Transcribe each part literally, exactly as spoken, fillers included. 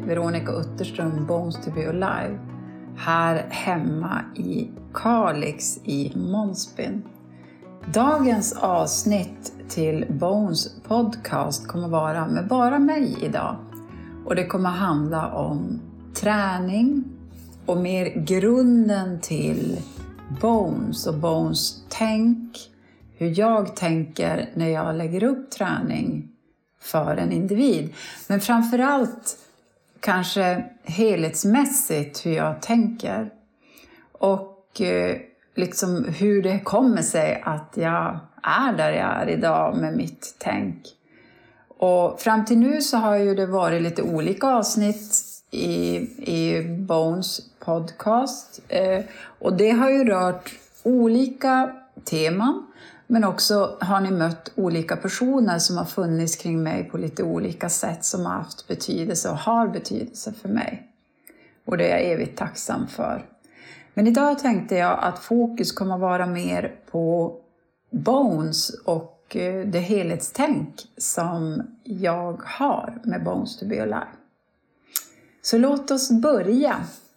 Veronica Utterström, Bones to be alive, här hemma i Kalix i Månsbyn. Dagens avsnitt till Bones podcast kommer vara med bara mig idag. Och det kommer handla om träning och mer grunden till Bones och Bones tänk. Hur jag tänker när jag lägger upp träning för en individ. Men framförallt kanske helhetsmässigt hur jag tänker. Och eh, liksom hur det kommer sig att jag är där jag är idag med mitt tänk. Och fram till nu så har ju det varit lite olika avsnitt i, i Bones podcast. Eh, och det har ju rört olika teman. Men också har ni mött olika personer som har funnits kring mig på lite olika sätt som har haft betydelse och har betydelse för mig. Och det är jag evigt tacksam för. Men idag tänkte jag att fokus kommer vara mer på Bones och det helhetstänk som jag har med Bones to be alive. Så låt oss börja.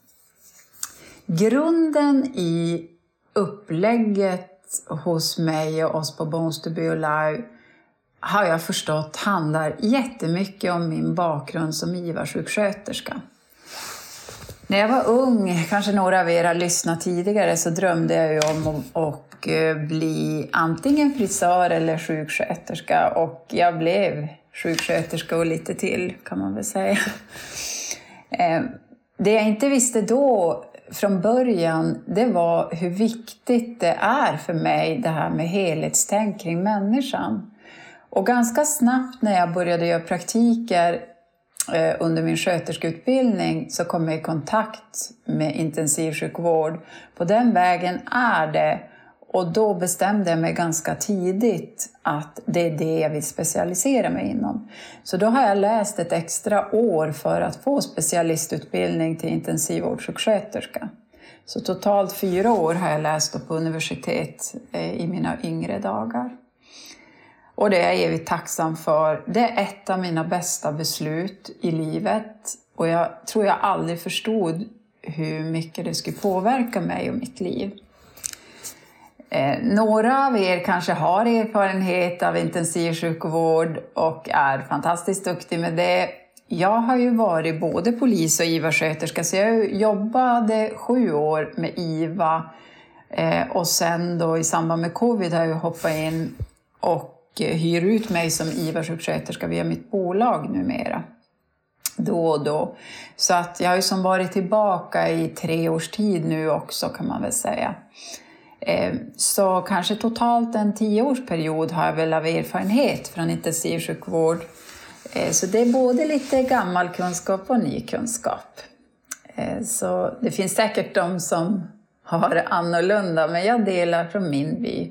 Grunden i upplägget hos mig och oss på Bones to be alive har jag förstått handlar jättemycket om min bakgrund som I V A-sjuksköterska. När jag var ung, kanske några av er har lyssnat tidigare, så drömde jag ju om att bli antingen frisör eller sjuksköterska. Och jag blev sjuksköterska och lite till, kan man väl säga. Det jag inte visste då från början, det var hur viktigt det är för mig det här med helhetstänk kring människan. Och ganska snabbt när jag började göra praktiker eh, under min sköterskeutbildning så kom jag i kontakt med intensivsjukvård. På den vägen är det, och då bestämde jag mig ganska tidigt att det är det jag vill specialisera mig inom. Så då har jag läst ett extra år för att få specialistutbildning till intensivvårdssjuksköterska. Så totalt fyra år har jag läst på universitet i mina yngre dagar. Och det är jag evigt tacksam för. Det är ett av mina bästa beslut i livet. Och jag tror jag aldrig förstod hur mycket det skulle påverka mig och mitt liv. Eh, några av er kanske har erfarenhet av intensivsjukvård och är fantastiskt duktig med det. Jag har ju varit både polis och I V A-sköterska, så jag jobbade sju år med I V A. Eh, och sen då i samband med covid har jag hoppat in och hyr ut mig som I V A-sjuksköterska via mitt bolag numera. Då och då. Så att jag har ju som varit tillbaka i tre års tid nu också, kan man väl säga. Så kanske totalt en tioårsperiod har jag väl av erfarenhet från intensivsjukvård. Så det är både lite gammal kunskap och ny kunskap. Så det finns säkert de som har annorlunda, men jag delar från min vy.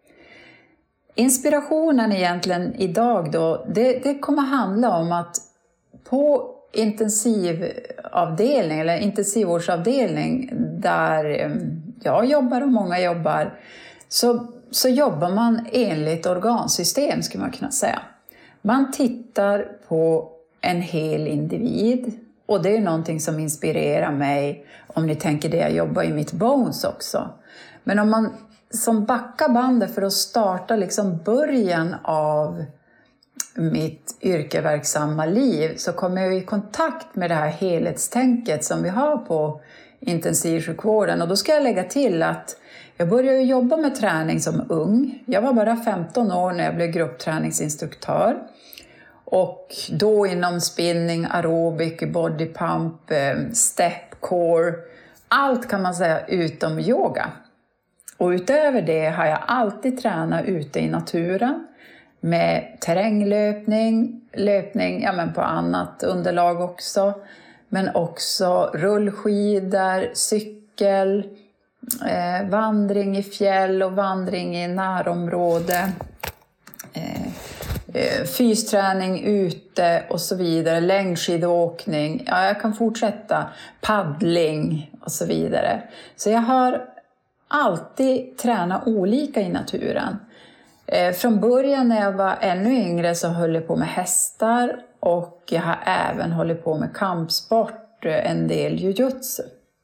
Inspirationen egentligen idag då, det, det kommer handla om att på intensivavdelning eller intensivvårdsavdelning där jag jobbar och många jobbar, så, så jobbar man enligt organsystem, skulle man kunna säga. Man tittar på en hel individ, och det är någonting som inspirerar mig om ni tänker det jag jobbar i mitt Bones också. Men om man som backar bandet för att starta liksom början av mitt yrkeverksamma liv, så kommer jag i kontakt med det här helhetstänket som vi har på intensivsjukvården. Och då ska jag lägga till att jag började jobba med träning som ung. Jag var bara femton år när jag blev gruppträningsinstruktör. Och då inom spinning, aerobic, body pump, step, core. Allt kan man säga utom yoga. Och utöver det har jag alltid tränat ute i naturen. Med terränglöpning, löpning ja, men på annat underlag också. Men också rullskidor, cykel, eh, vandring i fjäll och vandring i närområde. Eh, eh, fysträning ute och så vidare. Längdskidåkning, ja, jag kan fortsätta. Paddling och så vidare. Så jag har alltid tränat olika i naturen. Eh, från början när jag var ännu yngre så höll jag på med hästar och jag har även hållit på med kampsport, en del jujutsu.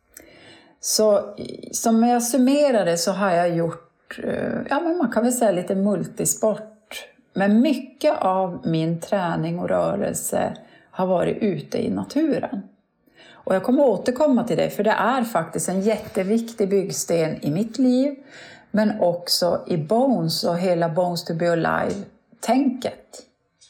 Så som jag summerade så har jag gjort, ja men man kan väl säga lite multisport. Men mycket av min träning och rörelse har varit ute i naturen. Och jag kommer återkomma till det, för det är faktiskt en jätteviktig byggsten i mitt liv. Men också i Bones och hela Bones to be alive-tänket.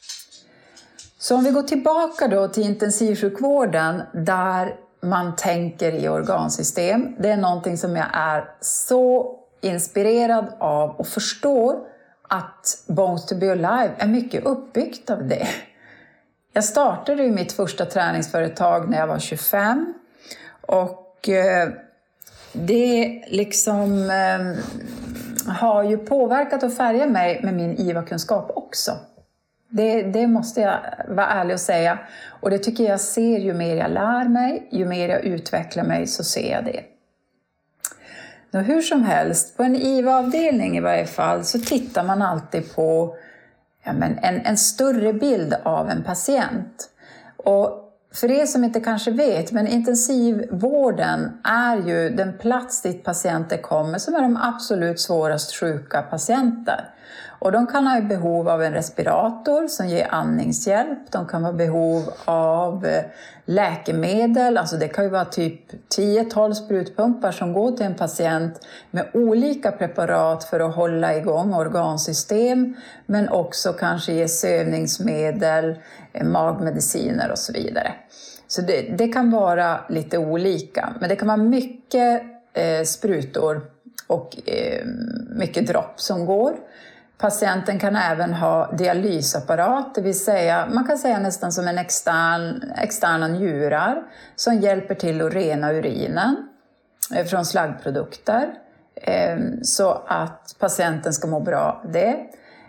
Så om vi går tillbaka då till intensivsjukvården där man tänker i organsystem. Det är någonting som jag är så inspirerad av och förstår att Bones to be alive är mycket uppbyggt av det. Jag startade ju mitt första träningsföretag när jag var tjugofem och det liksom har ju påverkat och färgat mig med min I V A-kunskap också. Det, det måste jag vara ärlig och säga. Och det tycker jag ser, ju mer jag lär mig, ju mer jag utvecklar mig, så ser jag det. Nå, hur som helst, på en I V A-avdelning i varje fall så tittar man alltid på ja, men en, en större bild av en patient. Och för er som inte kanske vet, men intensivvården är ju den plats dit patienter kommer som är de absolut svårast sjuka patienter. Och de kan ha i behov av en respirator som ger andningshjälp. De kan ha behov av läkemedel. Alltså det kan ju vara typ tio tolv sprutpumpar som går till en patient med olika preparat för att hålla igång organsystem. Men också kanske ge sövningsmedel, magmediciner och så vidare. Så det, det kan vara lite olika. Men det kan vara mycket eh, sprutor och eh, mycket dropp som går. Patienten kan även ha dialysapparat, det vill säga man kan säga nästan som en extern, externa njurar som hjälper till att rena urinen från slaggprodukter så att patienten ska må bra av det.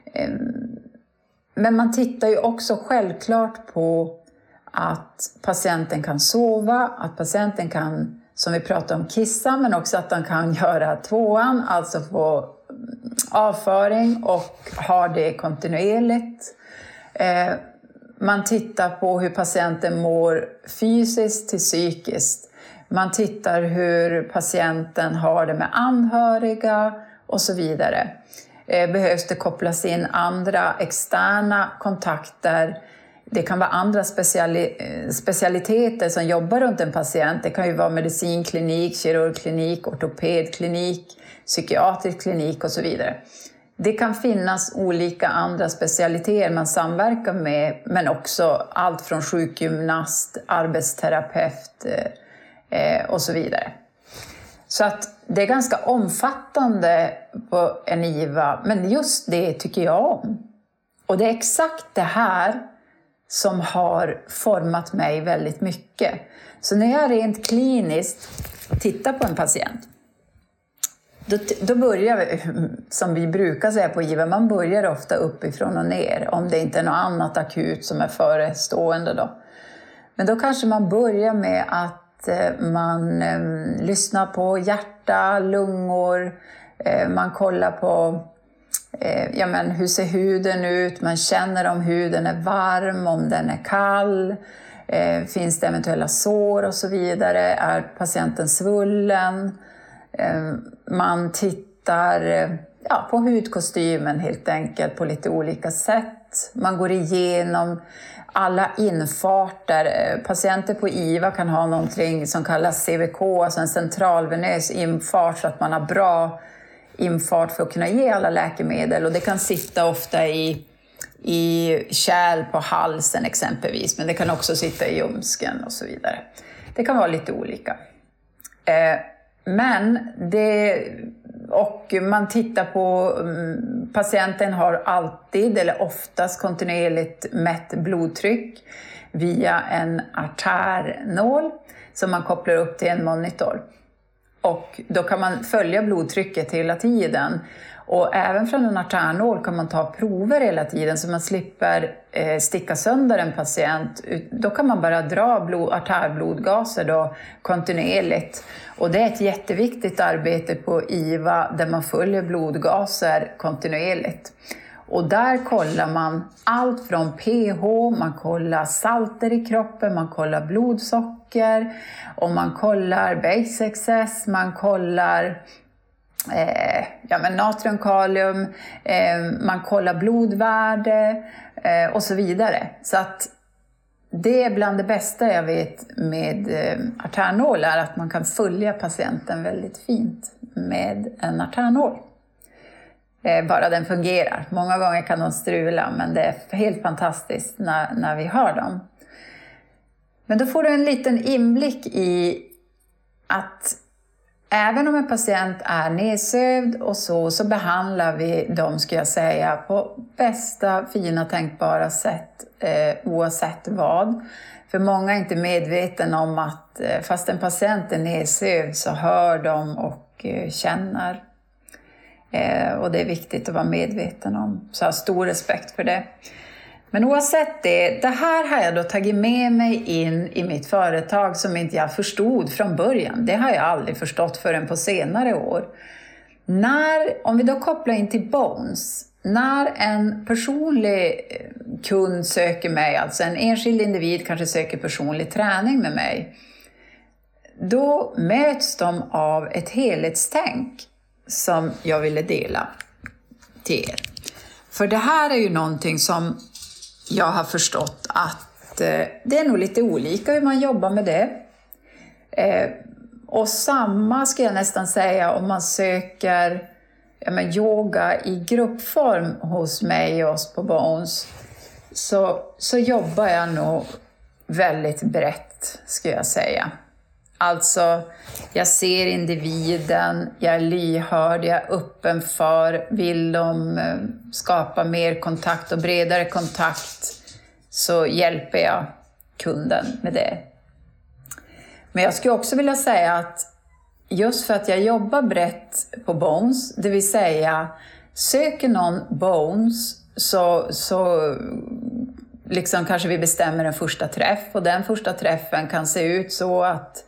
Men man tittar ju också självklart på att patienten kan sova, att patienten kan, som vi pratar om, kissa, men också att den kan göra tvåan, alltså få avföring och har det kontinuerligt. Eh, man tittar på hur patienten mår fysiskt till psykiskt. Man tittar hur patienten har det med anhöriga och så vidare. Eh, behövs det kopplas in andra externa kontakter? Det kan vara andra speciali- specialiteter som jobbar runt en patient. Det kan ju vara medicinklinik, kirurgklinik, ortopedklinik, psykiatrisk klinik och så vidare. Det kan finnas olika andra specialiteter man samverkar med, men också allt från sjukgymnast, arbetsterapeut eh, och så vidare. Så att det är ganska omfattande på en I V A, men just det tycker jag om. Och det är exakt det här som har format mig väldigt mycket. Så när jag rent kliniskt tittar på en patient, Då, då börjar vi, som vi brukar säga på I V A, man börjar ofta uppifrån och ner. Om det inte är något annat akut som är förestående då. Men då kanske man börjar med att eh, man eh, lyssnar på hjärta, lungor. Eh, man kollar på eh, ja, men hur ser huden ut. Man känner om huden är varm, om den är kall. Eh, finns det eventuella sår och så vidare. Är patienten svullen? Man tittar ja, på hudkostymen helt enkelt på lite olika sätt. Man går igenom alla infarter. Patienter på I V A kan ha någonting som kallas C V K, alltså en centralvenös infart, så att man har bra infart för att kunna ge alla läkemedel. Och det kan sitta ofta i, i kärl på halsen exempelvis, men det kan också sitta i ljumsken och så vidare. Det kan vara lite olika. Eh, Men det, och man tittar på, patienten har alltid eller oftast kontinuerligt mätt blodtryck via en artärnål som man kopplar upp till en monitor. Och då kan man följa blodtrycket hela tiden. Och även från en artärnål kan man ta prover hela tiden så man slipper eh, sticka sönder en patient. Då kan man bara dra blod, artärblodgaser då, kontinuerligt. Och det är ett jätteviktigt arbete på I V A där man följer blodgaser kontinuerligt. Och där kollar man allt från pH, man kollar salter i kroppen, man kollar blodsocker och man kollar base excess, man kollar eh, ja, men natrium, kalium, eh, man kollar blodvärde eh, och så vidare. Så att det är bland det bästa jag vet med eh, artärnål är att man kan följa patienten väldigt fint med en artärnål. Bara den fungerar. Många gånger kan de strula men det är helt fantastiskt när, när vi har dem. Men då får du en liten inblick i att även om en patient är nedsövd och så, så behandlar vi dem, ska jag säga, på bästa fina tänkbara sätt eh, oavsett vad. För många är inte medveten om att eh, fast en patient är nedsövd så hör de och eh, känner. Eh, och det är viktigt att vara medveten om. Så jag har stor respekt för det. Men oavsett det, det här har jag då tagit med mig in i mitt företag som inte jag förstod från början. Det har jag aldrig förstått förrän på senare år. När, om vi då kopplar in till Bones. När en personlig kund söker mig, alltså en enskild individ kanske söker personlig träning med mig. Då möts de av ett helhetstänk som jag ville dela till er. För det här är ju någonting som jag har förstått att eh, det är nog lite olika hur man jobbar med det. Eh, och samma ska jag nästan säga om man söker ja, men yoga i gruppform hos mig och oss på Bones. Så, så jobbar jag nog väldigt brett, ska jag säga. Alltså, jag ser individen, jag är lyhörd, jag är öppen för, vill de skapa mer kontakt och bredare kontakt så hjälper jag kunden med det. Men jag skulle också vilja säga att just för att jag jobbar brett på Bones, det vill säga söker någon Bones så, så liksom kanske vi bestämmer en första träff och den första träffen kan se ut så att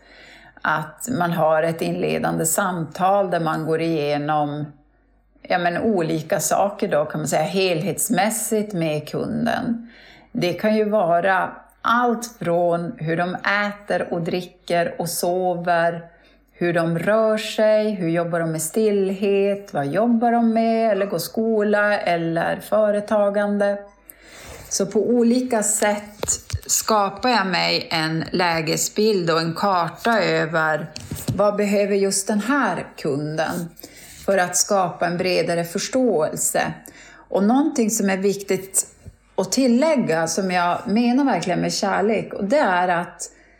Att man har ett inledande samtal där man går igenom ja, men olika saker då, kan man säga, helhetsmässigt med kunden. Det kan ju vara allt från hur de äter och dricker och sover, hur de rör sig, hur jobbar de med stillhet, vad jobbar de med, eller går skola eller företagande. Så på olika sätt skapar jag mig en lägesbild och en karta över vad behöver just den här kunden för att skapa en bredare förståelse. Och någonting som är viktigt att tillägga som jag menar verkligen med kärlek, och det är att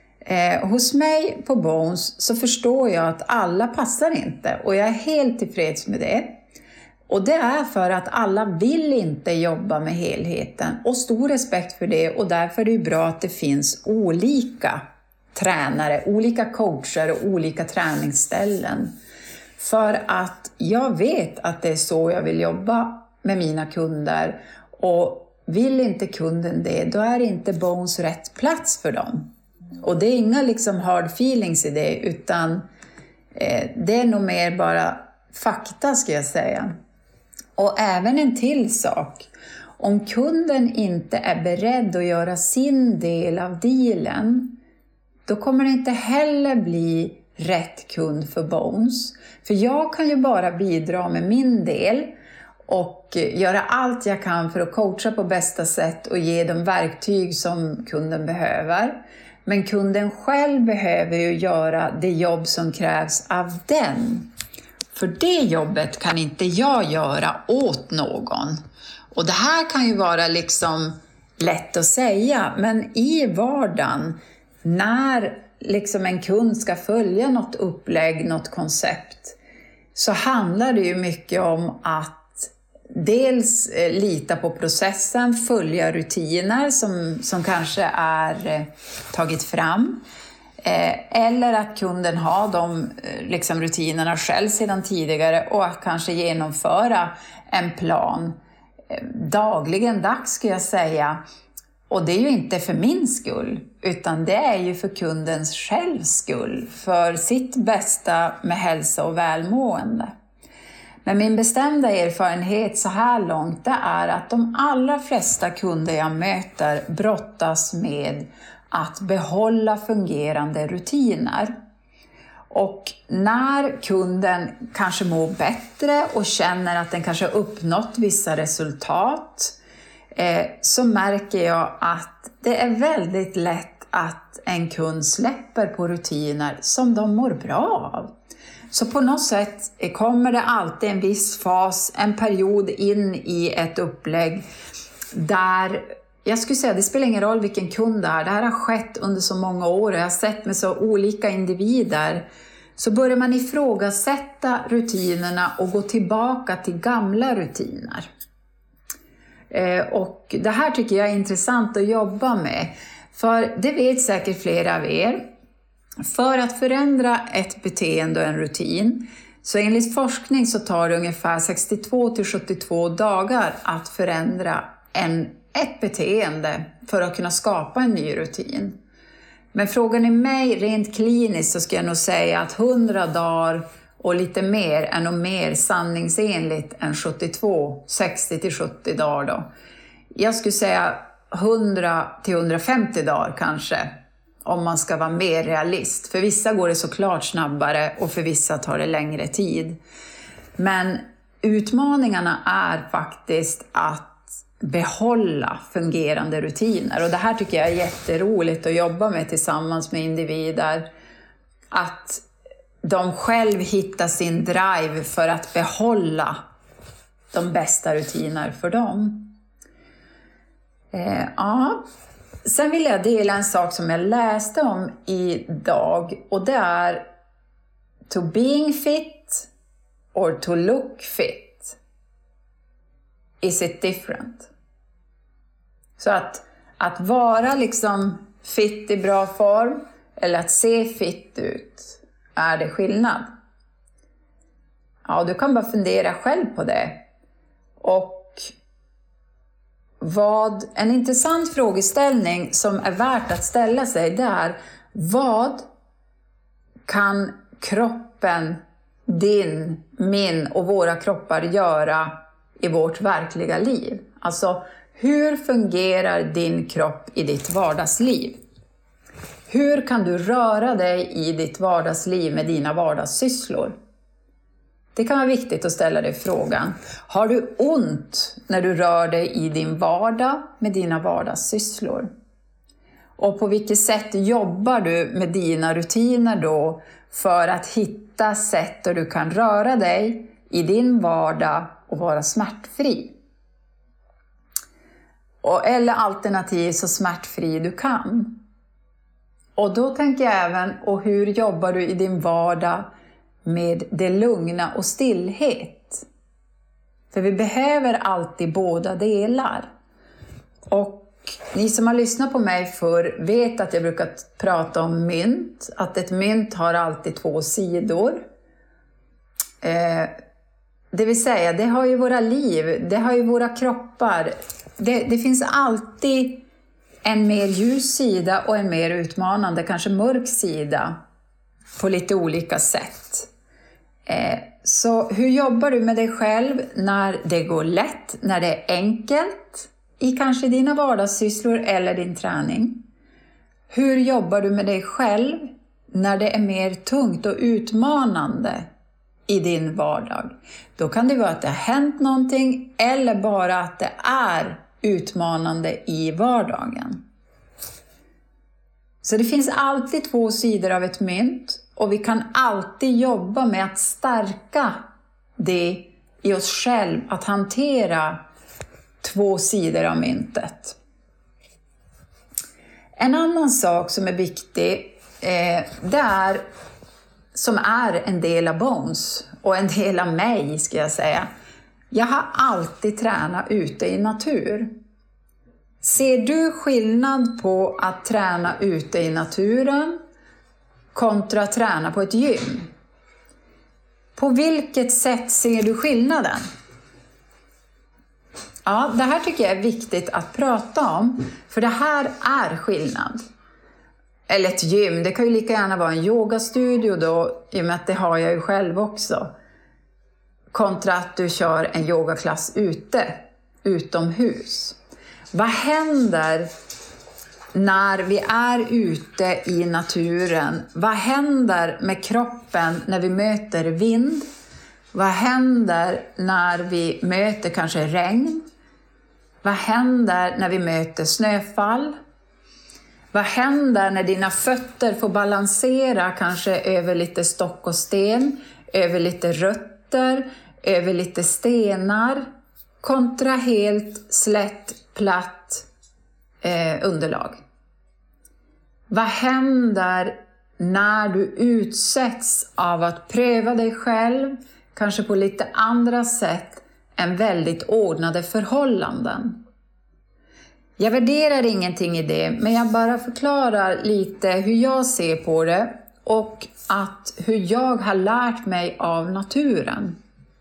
eh, hos mig på Bones så förstår jag att alla passar inte och jag är helt tillfreds med det. Och det är för att alla vill inte jobba med helheten och stor respekt för det, och därför är det bra att det finns olika tränare, olika coacher och olika träningsställen. För att jag vet att det är så jag vill jobba med mina kunder, och vill inte kunden det, då är inte Bones rätt plats för dem. Och det är inga liksom hard feelings i det, utan eh, det är nog mer bara fakta, ska jag säga. Och även en till sak. Om kunden inte är beredd att göra sin del av dealen, då kommer det inte heller bli rätt kund för Bones. För jag kan ju bara bidra med min del och göra allt jag kan för att coacha på bästa sätt och ge de verktyg som kunden behöver. Men kunden själv behöver ju göra det jobb som krävs av den. För det jobbet kan inte jag göra åt någon. Och det här kan ju vara liksom lätt att säga, men i vardagen när liksom en kund ska följa något upplägg, något koncept, så handlar det ju mycket om att dels lita på processen, följa rutiner som, som kanske är tagit fram. Eller att kunden har de liksom, rutinerna själv sedan tidigare och att kanske genomföra en plan dagligen dags skulle jag säga. Och det är ju inte för min skull utan det är ju för kundens själv skull. För sitt bästa med hälsa och välmående. Men min bestämda erfarenhet så här långt det är att de allra flesta kunder jag möter brottas med att behålla fungerande rutiner. Och när kunden kanske mår bättre och känner att den kanske uppnått vissa resultat eh, så märker jag att det är väldigt lätt att en kund släpper på rutiner som de mår bra av. Så på något sätt kommer det alltid en viss fas, en period in i ett upplägg där jag skulle säga, det spelar ingen roll vilken kund det är. Det här har skett under så många år och jag har sett med så olika individer. Så börjar man ifrågasätta rutinerna och gå tillbaka till gamla rutiner. Eh, och det här tycker jag är intressant att jobba med. För det vet säkert flera av er. För att förändra ett beteende och en rutin. Så enligt forskning så tar det ungefär sextiotvå till sjuttiotvå dagar att förändra en ett beteende för att kunna skapa en ny rutin. Men frågan är mig rent kliniskt så ska jag nog säga att hundra dagar och lite mer är nog mer sanningsenligt än sjuttiotvå, sextio till sjuttio dagar då. Jag skulle säga hundra till hundrafemtio dagar kanske om man ska vara mer realist. För vissa går det såklart snabbare och för vissa tar det längre tid. Men utmaningarna är faktiskt att behålla fungerande rutiner. Och det här tycker jag är jätteroligt att jobba med tillsammans med individer. Att de själv hittar sin drive för att behålla de bästa rutiner för dem. Eh, ja. Sen vill jag dela en sak som jag läste om idag. Och det är to being fit or to look fit. Is it different? Så att, att vara liksom fit i bra form eller att se fit ut, är det skillnad? Ja, du kan bara fundera själv på det. Och vad, en intressant frågeställning som är värt att ställa sig, det är vad kan kroppen, din, min och våra kroppar göra i vårt verkliga liv? Alltså, hur fungerar din kropp i ditt vardagsliv? Hur kan du röra dig i ditt vardagsliv med dina vardagssysslor? Det kan vara viktigt att ställa dig frågan. Har du ont när du rör dig i din vardag med dina vardagssysslor? Och på vilket sätt jobbar du med dina rutiner då för att hitta sätt där du kan röra dig i din vardag och vara smärtfri? Och, eller alternativt så smärtfri du kan. Och då tänker jag även, och hur jobbar du i din vardag med det lugna och stillhet? För vi behöver alltid båda delar. Och ni som har lyssnat på mig förr vet att jag brukar prata om mynt. Att ett mynt har alltid två sidor. Eh, det vill säga, det har ju våra liv, det har ju våra kroppar. Det, det finns alltid en mer ljus sida och en mer utmanande, kanske mörk sida. På lite olika sätt. Eh, så hur jobbar du med dig själv när det går lätt, när det är enkelt? I kanske dina vardagssysslor eller din träning. Hur jobbar du med dig själv när det är mer tungt och utmanande i din vardag? Då kan det vara att det har hänt någonting eller bara att det är utmanande i vardagen. Så det finns alltid två sidor av ett mynt och vi kan alltid jobba med att stärka det i oss själv, att hantera två sidor av myntet. En annan sak som är viktig, eh, det är, som är en del av Bones och en del av mig ska jag säga. Jag har alltid tränat ute i natur. Ser du skillnad på att träna ute i naturen kontra träna på ett gym. På vilket sätt ser du skillnaden? Ja, det här tycker jag är viktigt att prata om, för det här är skillnad. Eller ett gym, det kan ju lika gärna vara en yogastudio då, i och med att det har jag ju själv också. Kontra att du kör en yogaklass ute, utomhus. Vad händer när vi är ute i naturen? Vad händer med kroppen när vi möter vind? Vad händer när vi möter kanske regn? Vad händer när vi möter snöfall? Vad händer när dina fötter får balansera kanske över lite stock och sten, över lite rötter, över lite stenar, kontra helt slätt, platt eh, underlag? Vad händer när du utsätts av att pröva dig själv, kanske på lite andra sätt än väldigt ordnade förhållanden? Jag värderar ingenting i det, men jag bara förklarar lite hur jag ser på det och att hur jag har lärt mig av naturen.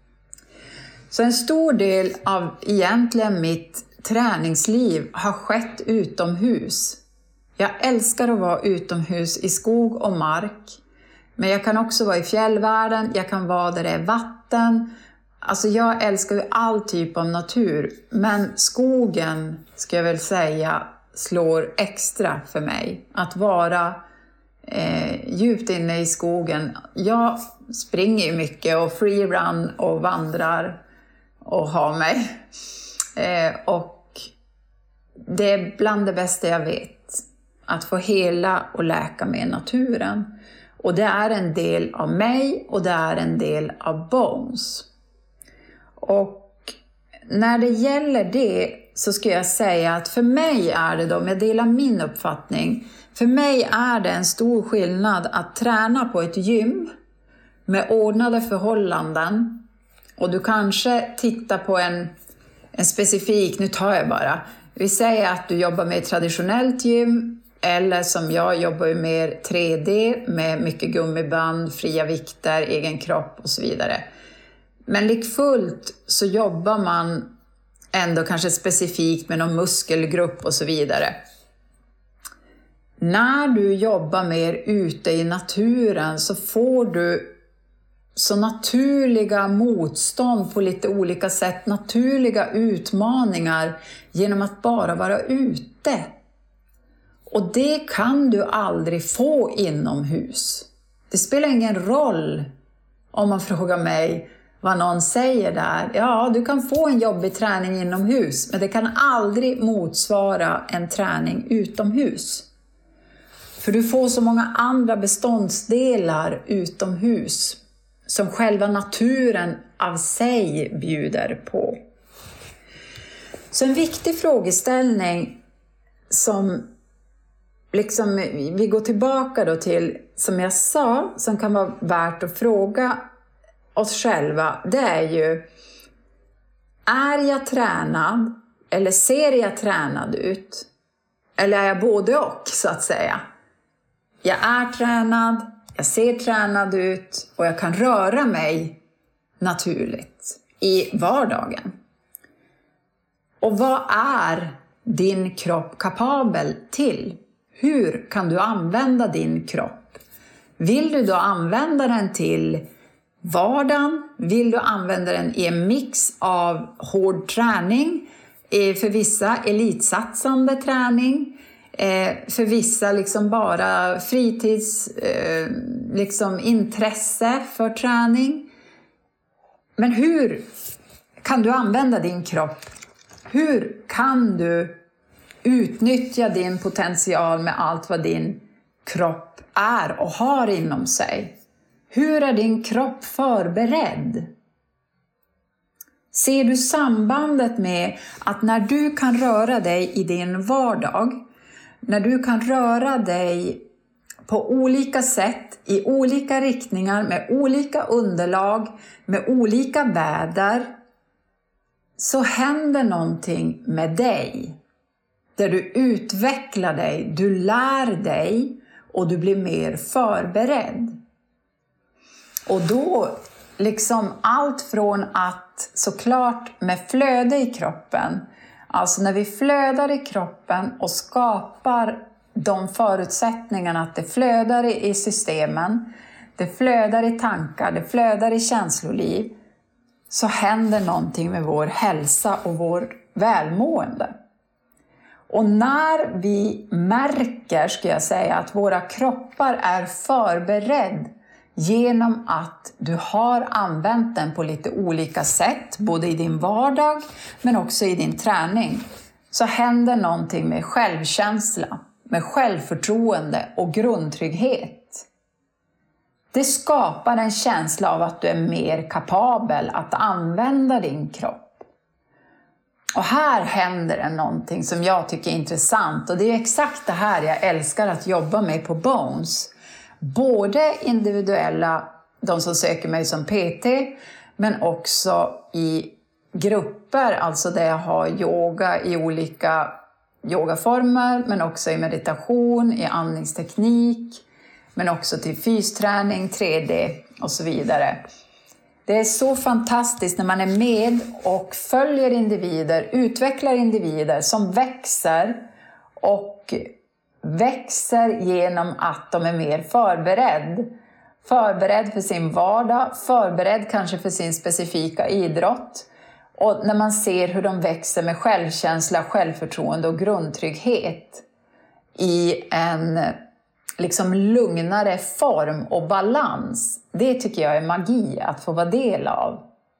Så en stor del av egentligen mitt träningsliv har skett utomhus. Jag älskar att vara utomhus i skog och mark. Men jag kan också vara i fjällvärlden, jag kan vara där det är vatten. Alltså jag älskar ju all typ av natur. Men skogen, ska jag väl säga, slår extra för mig. Att vara eh, djupt inne i skogen. Jag springer ju mycket och freerun och vandrar och har mig. Eh, och det är bland det bästa jag vet. Att få hela och läka med naturen. Och det är en del av mig och det är en del av Bones. Och när det gäller det så ska jag säga att för mig är det då, om jag delar min uppfattning. För mig är det en stor skillnad att träna på ett gym med ordnade förhållanden. Och du kanske tittar på en, en specifik, nu tar jag bara. Vi säger att du jobbar med ett traditionellt gym. Eller som jag jobbar ju mer tre D med mycket gummiband, fria vikter, egen kropp och så vidare. Men likfullt så jobbar man ändå kanske specifikt med någon muskelgrupp och så vidare. När du jobbar mer ute i naturen så får du så naturliga motstånd på lite olika sätt, naturliga utmaningar genom att bara vara ute. Och det kan du aldrig få inomhus. Det spelar ingen roll om man frågar mig vad någon säger där. Ja, du kan få en jobbig träning inomhus, men det kan aldrig motsvara en träning utomhus. För du får så många andra beståndsdelar utomhus som själva naturen av sig bjuder på. Så en viktig frågeställning som liksom vi går tillbaka då till, som jag sa, som kan vara värt att fråga oss själva, det är ju: är jag tränad eller ser jag tränad ut? Eller är jag både och, så att säga? Jag är tränad, jag ser tränad ut och jag kan röra mig naturligt i vardagen. Och vad är din kropp kapabel till? Hur kan du använda din kropp? Vill du då använda den till vardagen? Vill du använda den i en mix av hård träning? För vissa elitsatsande träning? För vissa liksom bara fritids liksom intresse för träning? Men hur kan du använda din kropp? Hur kan du utnyttja din potential med allt vad din kropp är och har inom sig? Hur är din kropp förberedd? Ser du sambandet med att när du kan röra dig i din vardag, när du kan röra dig på olika sätt, i olika riktningar, med olika underlag, med olika väder, så händer någonting med dig. Där du utvecklar dig, du lär dig och du blir mer förberedd. Och då liksom allt från att såklart med flöde i kroppen, alltså när vi flödar i kroppen och skapar de förutsättningarna att det flödar i systemen, det flödar i tankar, det flödar i känsloliv, så händer någonting med vår hälsa och vår välmående. Och när vi märker, ska jag säga, att våra kroppar är förberedda genom att du har använt den på lite olika sätt, både i din vardag men också i din träning, så händer någonting med självkänsla, med självförtroende och grundtrygghet. Det skapar en känsla av att du är mer kapabel att använda din kropp. Och här händer det någonting som jag tycker är intressant, och det är exakt det här jag älskar att jobba med på Bones. Både individuella, de som söker mig som P T, men också i grupper, alltså där jag har yoga i olika yogaformer, men också i meditation, i andningsteknik, men också till fysträning, tre D och så vidare. Det är så fantastiskt när man är med och följer individer, utvecklar individer som växer och växer genom att de är mer förberedd. Förberedd för sin vardag, förberedd kanske för sin specifika idrott. Och när man ser hur de växer med självkänsla, självförtroende och grundtrygghet i en liksom lugnare form och balans. Det tycker jag är magi att få vara del av.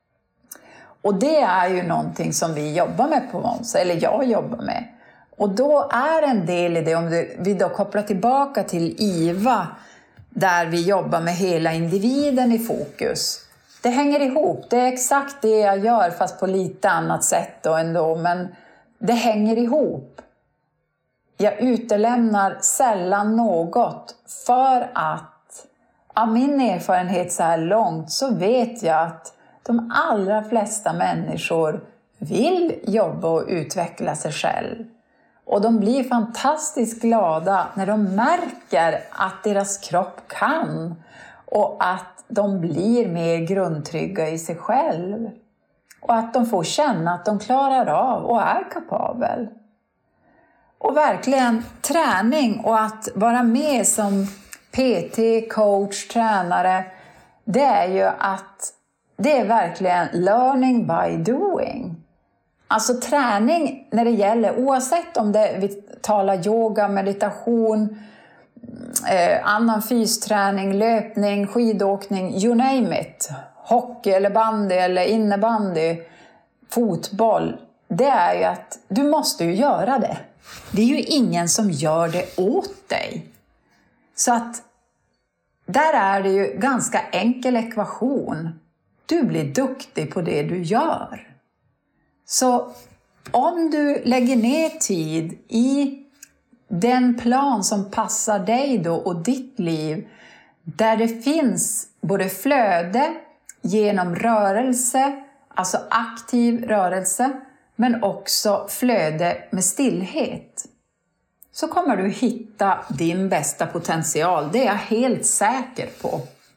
Och det är ju någonting som vi jobbar med på Bones, eller jag jobbar med. Och då är en del i det, om vi då kopplar tillbaka till I V A, där vi jobbar med hela individen i fokus. Det hänger ihop, det är exakt det jag gör fast på lite annat sätt då ändå, men det hänger ihop. Jag utelämnar sällan något, för att av min erfarenhet så här långt så vet jag att de allra flesta människor vill jobba och utveckla sig själv. Och de blir fantastiskt glada när de märker att deras kropp kan, och att de blir mer grundtrygga i sig själv. Och att de får känna att de klarar av och är kapabel. Och verkligen träning och att vara med som P T, coach, tränare, det är ju att det är verkligen learning by doing. Alltså träning när det gäller, oavsett om det, vi talar yoga, meditation, eh, annan fysträning, löpning, skidåkning, you name it. Hockey eller bandy eller innebandy, fotboll. Det är ju att du måste ju göra det. Det är ju ingen som gör det åt dig. Så att där är det ju ganska enkel ekvation. Du blir duktig på det du gör. Så om du lägger ner tid i den plan som passar dig då och ditt liv, där det finns både flöde genom rörelse, alltså aktiv rörelse, men också flöde med stillhet, så kommer du hitta din bästa potential. Det är jag helt säker på.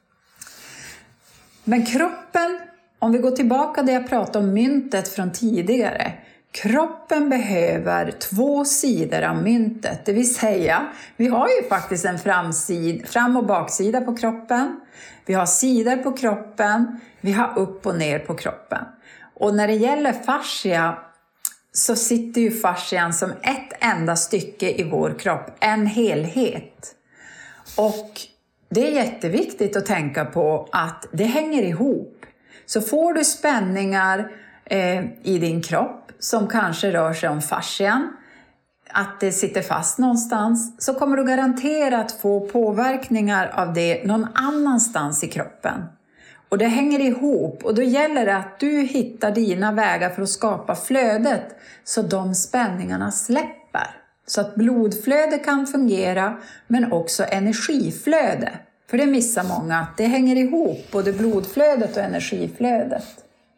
Men kroppen, om vi går tillbaka där jag pratade om myntet från tidigare. Kroppen behöver två sidor av myntet. Det vill säga, vi har ju faktiskt en framsid, fram- och baksida på kroppen. Vi har sidor på kroppen. Vi har upp och ner på kroppen. Och när det gäller fascia så sitter ju fascian som ett enda stycke i vår kropp. En helhet. Och det är jätteviktigt att tänka på att det hänger ihop. Så får du spänningar eh, i din kropp som kanske rör sig om fascian, att det sitter fast någonstans, så kommer du garanterat få påverkningar av det någon annanstans i kroppen. Och det hänger ihop, och då gäller det att du hittar dina vägar för att skapa flödet så de spänningarna släpper. Så att blodflöde kan fungera, men också energiflöde. För det missar många, att det hänger ihop, både blodflödet och energiflödet.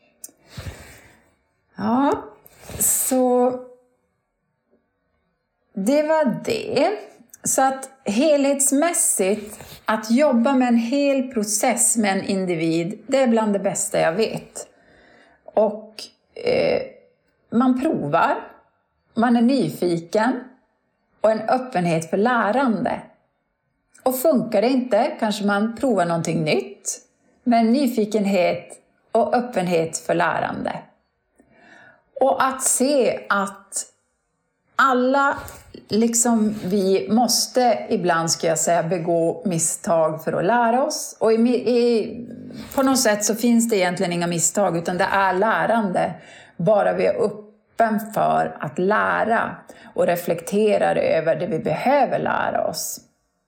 Ja, så det var det. Så att helhetsmässigt, att jobba med en hel process med en individ, det är bland det bästa jag vet. Och eh, man provar, man är nyfiken och en öppenhet för lärande. Och funkar det inte kanske man provar någonting nytt, med nyfikenhet och öppenhet för lärande. Och att se att alla, liksom vi måste ibland, ska jag säga, begå misstag för att lära oss. Och i, i, på något sätt så finns det egentligen inga misstag, utan det är lärande. Bara vi är öppen för att lära och reflekterar över det vi behöver lära oss.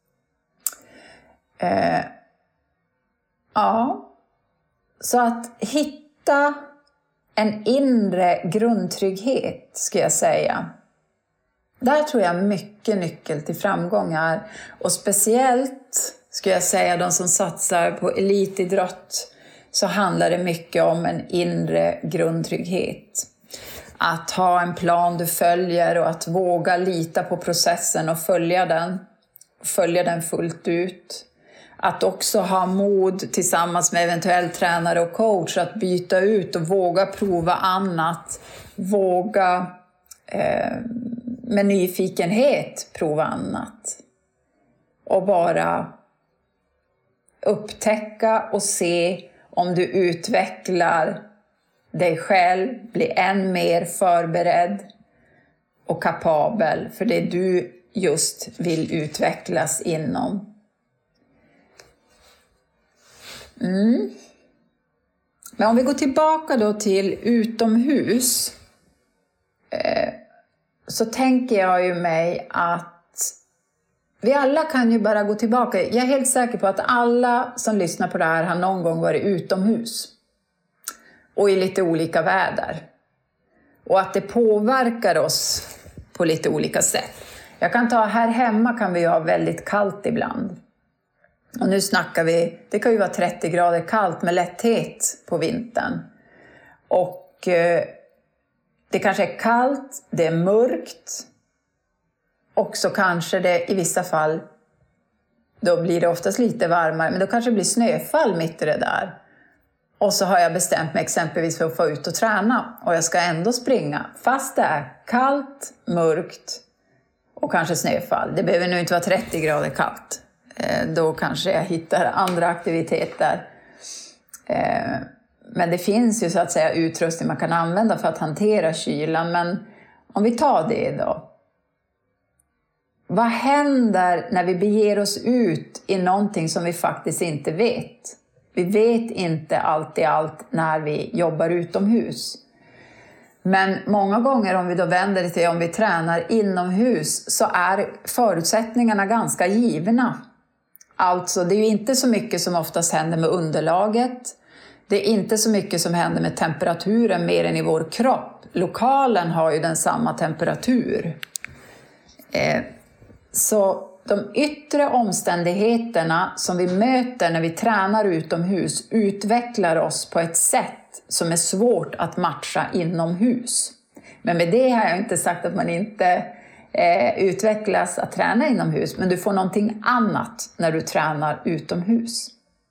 Eh, ja, så att hitta en inre grundtrygghet, ska jag säga. Där tror jag mycket nyckel till framgångar. Och speciellt, ska jag säga, de som satsar på elitidrott, så handlar det mycket om en inre grundtrygghet. Att ha en plan du följer och att våga lita på processen och följa den. Följa den fullt ut. Att också ha mod tillsammans med eventuell tränare och coach att byta ut och våga prova annat. Våga eh, med nyfikenhet prova annat. Och bara upptäcka och se om du utvecklar dig själv, blir än mer förberedd och kapabel för det du just vill utvecklas inom. Mm. Men om vi går tillbaka då till utomhus, eh, så tänker jag ju mig att vi alla kan ju bara gå tillbaka. Jag är helt säker på att alla som lyssnar på det här har någon gång varit utomhus. Och i lite olika väder. Och att det påverkar oss på lite olika sätt. Jag kan ta här hemma kan vi ju ha väldigt kallt ibland. Och nu snackar vi, det kan ju vara trettio grader kallt med lätthet på vintern. Och eh, det kanske är kallt, det är mörkt. Och så kanske det i vissa fall, då blir det oftast lite varmare, men då kanske det blir snöfall mitt i det där. Och så har jag bestämt mig exempelvis för att få ut och träna. Och jag ska ändå springa, fast det är kallt, mörkt och kanske snöfall. Det behöver nu inte vara trettio grader kallt. Då kanske jag hittar andra aktiviteter. Men det finns ju så att säga utrustning man kan använda för att hantera kylan. Men om vi tar det då. Vad händer när vi beger oss ut i någonting som vi faktiskt inte vet? Vi vet inte alltid allt när vi jobbar utomhus. Men många gånger om vi då vänder det till om vi tränar inomhus så är förutsättningarna ganska givna. Alltså det är ju inte så mycket som oftast händer med underlaget. Det är inte så mycket som händer med temperaturen mer än i vår kropp. Lokalen har ju den samma temperatur. Eh, så de yttre omständigheterna som vi möter när vi tränar utomhus utvecklar oss på ett sätt som är svårt att matcha inomhus. Men med det har jag inte sagt att man inte eh, utvecklas att träna inomhus. Men du får någonting annat när du tränar utomhus.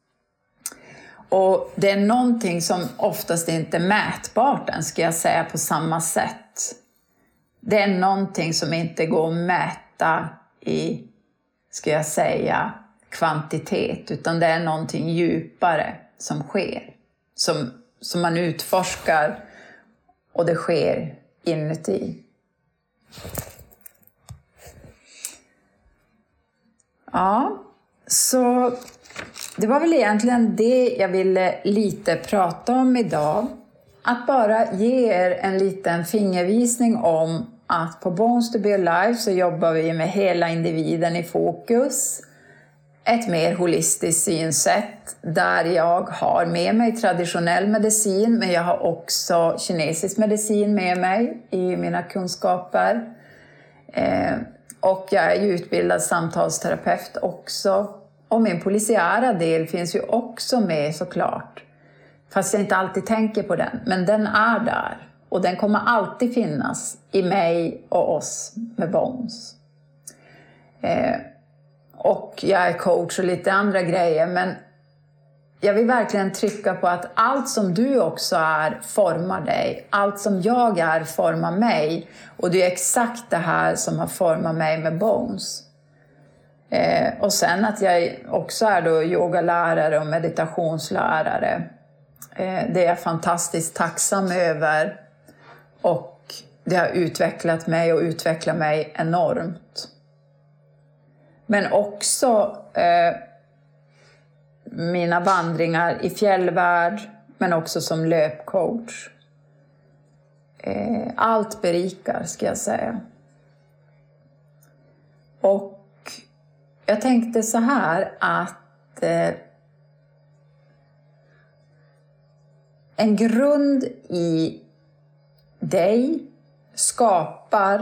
Och det är någonting som oftast inte är mätbart än, ska jag säga, på samma sätt. Det är någonting som inte går att mäta i, ska jag säga, kvantitet. Utan det är någonting djupare som sker. Som, som man utforskar och det sker inuti. Ja, så det var väl egentligen det jag ville lite prata om idag. Att bara ge er en liten fingervisning om att på Bones to be alive så jobbar vi med hela individen i fokus. Ett mer holistiskt synsätt där jag har med mig traditionell medicin, men jag har också kinesisk medicin med mig i mina kunskaper. Eh, och jag är ju utbildad samtalsterapeut också. Och min polisiära del finns ju också med såklart. Fast jag inte alltid tänker på den. Men den är där. Och den kommer alltid finnas i mig och oss med Bones. Eh, och jag är coach och lite andra grejer, men jag vill verkligen trycka på att allt som du också är formar dig. Allt som jag är formar mig. Och det är exakt det här som har format mig med Bones. Eh, och sen att jag också är då yogalärare och meditationslärare. Eh, det är jag fantastiskt tacksam över. Och det har utvecklat mig och utvecklat mig enormt. Men också eh, mina vandringar i fjällvärld, men också som löpcoach. Eh, allt berikar, ska jag säga. Och jag tänkte så här att eh, en grund i dig skapar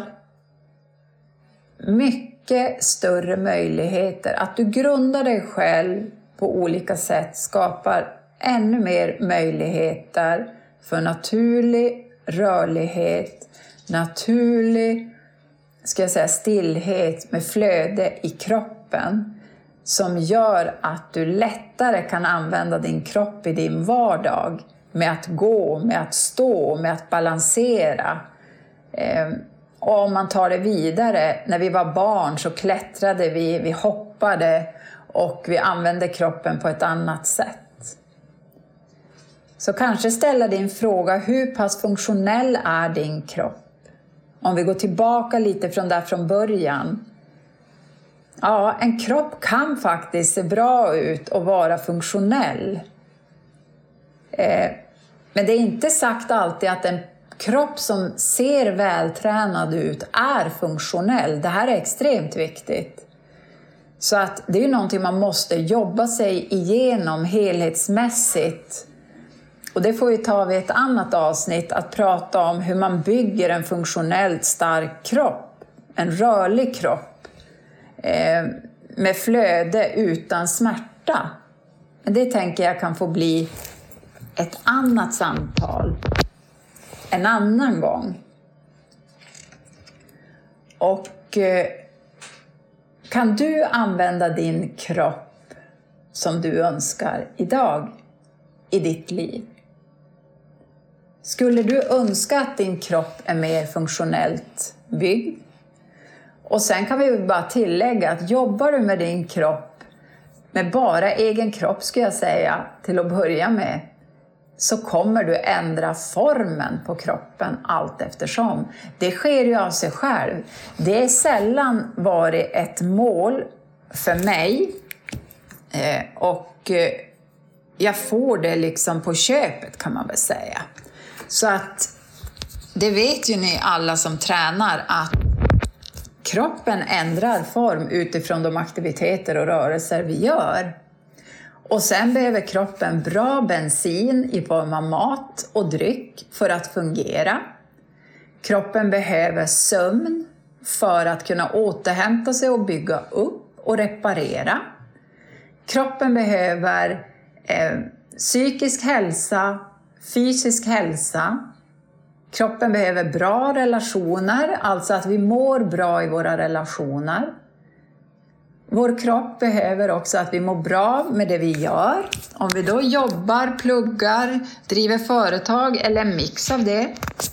mycket större möjligheter. Att du grundar dig själv på olika sätt skapar ännu mer möjligheter för naturlig rörlighet, naturlig, ska jag säga, stillhet med flöde i kroppen som gör att du lättare kan använda din kropp i din vardag med att gå, med att stå, med att balansera. Och om man tar det vidare, när vi var barn så klättrade vi, vi hoppade och vi använde kroppen på ett annat sätt. Så kanske ställa din fråga, hur pass funktionell är din kropp? Om vi går tillbaka lite från där från början. Ja, en kropp kan faktiskt se bra ut och vara funktionell. Eh, men det är inte sagt alltid att en kropp som ser vältränad ut är funktionell. Det här är extremt viktigt. Så att det är någonting man måste jobba sig igenom helhetsmässigt. Och det får vi ta vid ett annat avsnitt, att prata om hur man bygger en funktionellt stark kropp. En rörlig kropp. Eh, med flöde utan smärta. Men det tänker jag kan få bli ett annat samtal. En annan gång. Och eh, kan du använda din kropp som du önskar idag i ditt liv? Skulle du önska att din kropp är mer funktionellt byggd? Och sen kan vi bara tillägga att jobbar du med din kropp, med bara egen kropp ska jag säga till att börja med, så kommer du ändra formen på kroppen allt eftersom. Det sker ju av sig själv. Det är sällan varit ett mål för mig. Eh, och eh, jag får det liksom på köpet kan man väl säga. Så att det vet ju ni alla som tränar att kroppen ändrar form utifrån de aktiviteter och rörelser vi gör. Och sen behöver kroppen bra bensin i form av mat och dryck för att fungera. Kroppen behöver sömn för att kunna återhämta sig och bygga upp och reparera. Kroppen behöver eh, psykisk hälsa, fysisk hälsa. Kroppen behöver bra relationer, alltså att vi mår bra i våra relationer. Vår kropp behöver också att vi mår bra med det vi gör. Om vi då jobbar, pluggar, driver företag eller en mix av det.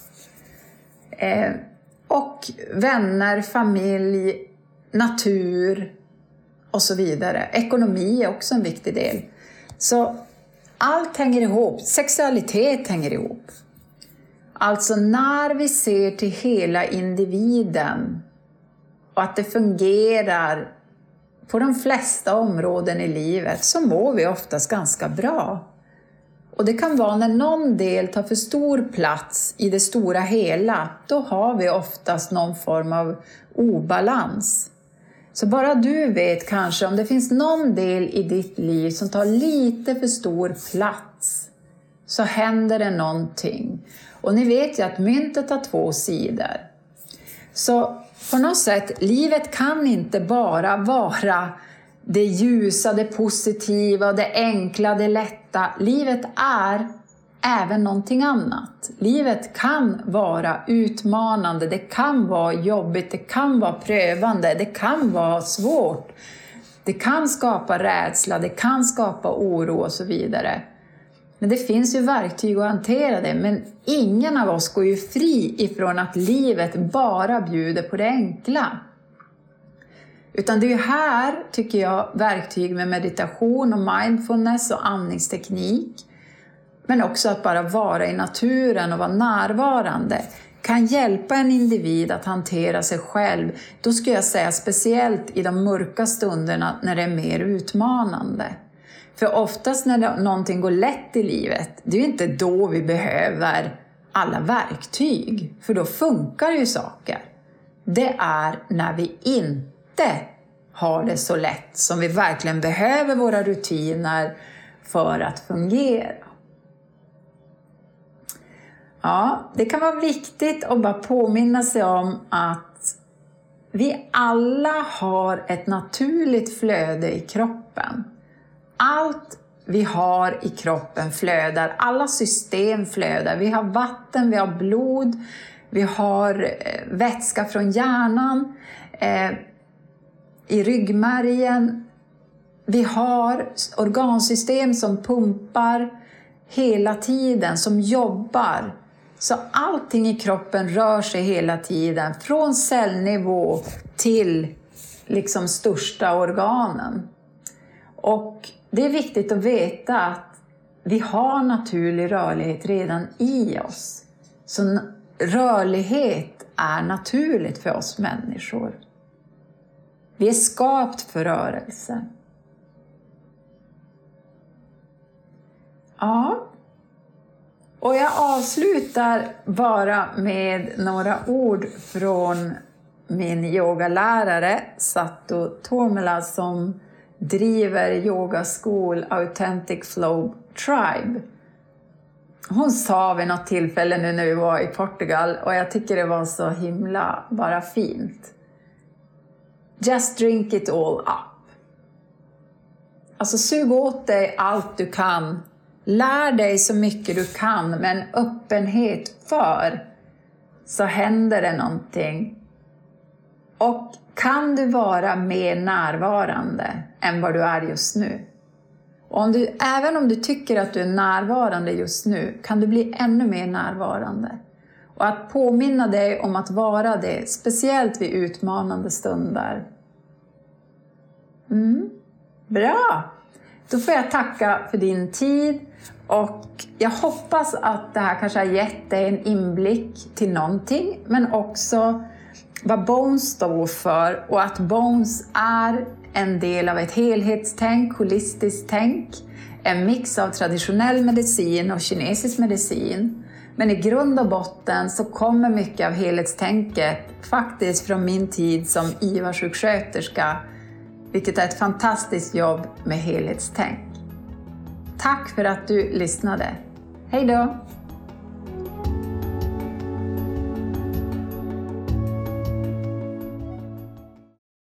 Eh, och vänner, familj, natur och så vidare. Ekonomi är också en viktig del. Så allt hänger ihop. Sexualitet hänger ihop. Alltså när vi ser till hela individen och att det fungerar på de flesta områden i livet, så mår vi oftast ganska bra. Och det kan vara när någon del tar för stor plats i det stora hela, då har vi oftast någon form av obalans. Så bara du vet kanske om det finns någon del i ditt liv som tar lite för stor plats, så händer det någonting. Och ni vet ju att myntet har två sidor. Så på något sätt, livet kan inte bara vara det ljusa, det positiva, det enkla, det lätta. Livet är även någonting annat. Livet kan vara utmanande, det kan vara jobbigt, det kan vara prövande, det kan vara svårt. Det kan skapa rädsla, det kan skapa oro och så vidare. Men det finns ju verktyg att hantera det, men ingen av oss går ju fri ifrån att livet bara bjuder på det enkla. Utan det är ju här, tycker jag, verktyg med meditation och mindfulness och andningsteknik, men också att bara vara i naturen och vara närvarande, kan hjälpa en individ att hantera sig själv. Då skulle jag säga speciellt i de mörka stunderna när det är mer utmanande. För oftast när det, någonting går lätt i livet, det är ju inte då vi behöver alla verktyg. För då funkar ju saker. Det är när vi inte har det så lätt som vi verkligen behöver våra rutiner för att fungera. Ja, det kan vara viktigt att bara påminna sig om att vi alla har ett naturligt flöde i kroppen. Allt vi har i kroppen flödar, alla system flödar. Vi har vatten, vi har blod, vi har vätska från hjärnan, eh, i ryggmärgen. Vi har organsystem som pumpar hela tiden, som jobbar. Så allting i kroppen rör sig hela tiden, från cellnivå till liksom största organen. Och det är viktigt att veta att vi har naturlig rörlighet redan i oss. Så rörlighet är naturligt för oss människor. Vi är skapt för rörelse. Ja. Och jag avslutar bara med några ord från min yogalärare Satu Tormela, som driver Yoga School Authentic Flow Tribe. Hon sa vid något tillfälle nu när vi var i Portugal, och jag tycker det var så himla bara fint. Just drink it all up. Alltså sug åt dig allt du kan. Lär dig så mycket du kan med en öppenhet för, så händer det någonting. Och kan du vara mer närvarande än vad du är just nu? Och om du, även om du tycker att du är närvarande just nu, kan du bli ännu mer närvarande. Och att påminna dig om att vara det, speciellt vid utmanande stunder. Mm. Bra! Då får jag tacka för din tid, och jag hoppas att det här kanske har gett dig en inblick till någonting, men också vad Bones står för, och att Bones är en del av ett helhetstänk, holistiskt tänk, en mix av traditionell medicin och kinesisk medicin. Men i grund och botten så kommer mycket av helhetstänket faktiskt från min tid som I V A-sjuksköterska, vilket är ett fantastiskt jobb med helhetstänk. Tack för att du lyssnade. Hej då!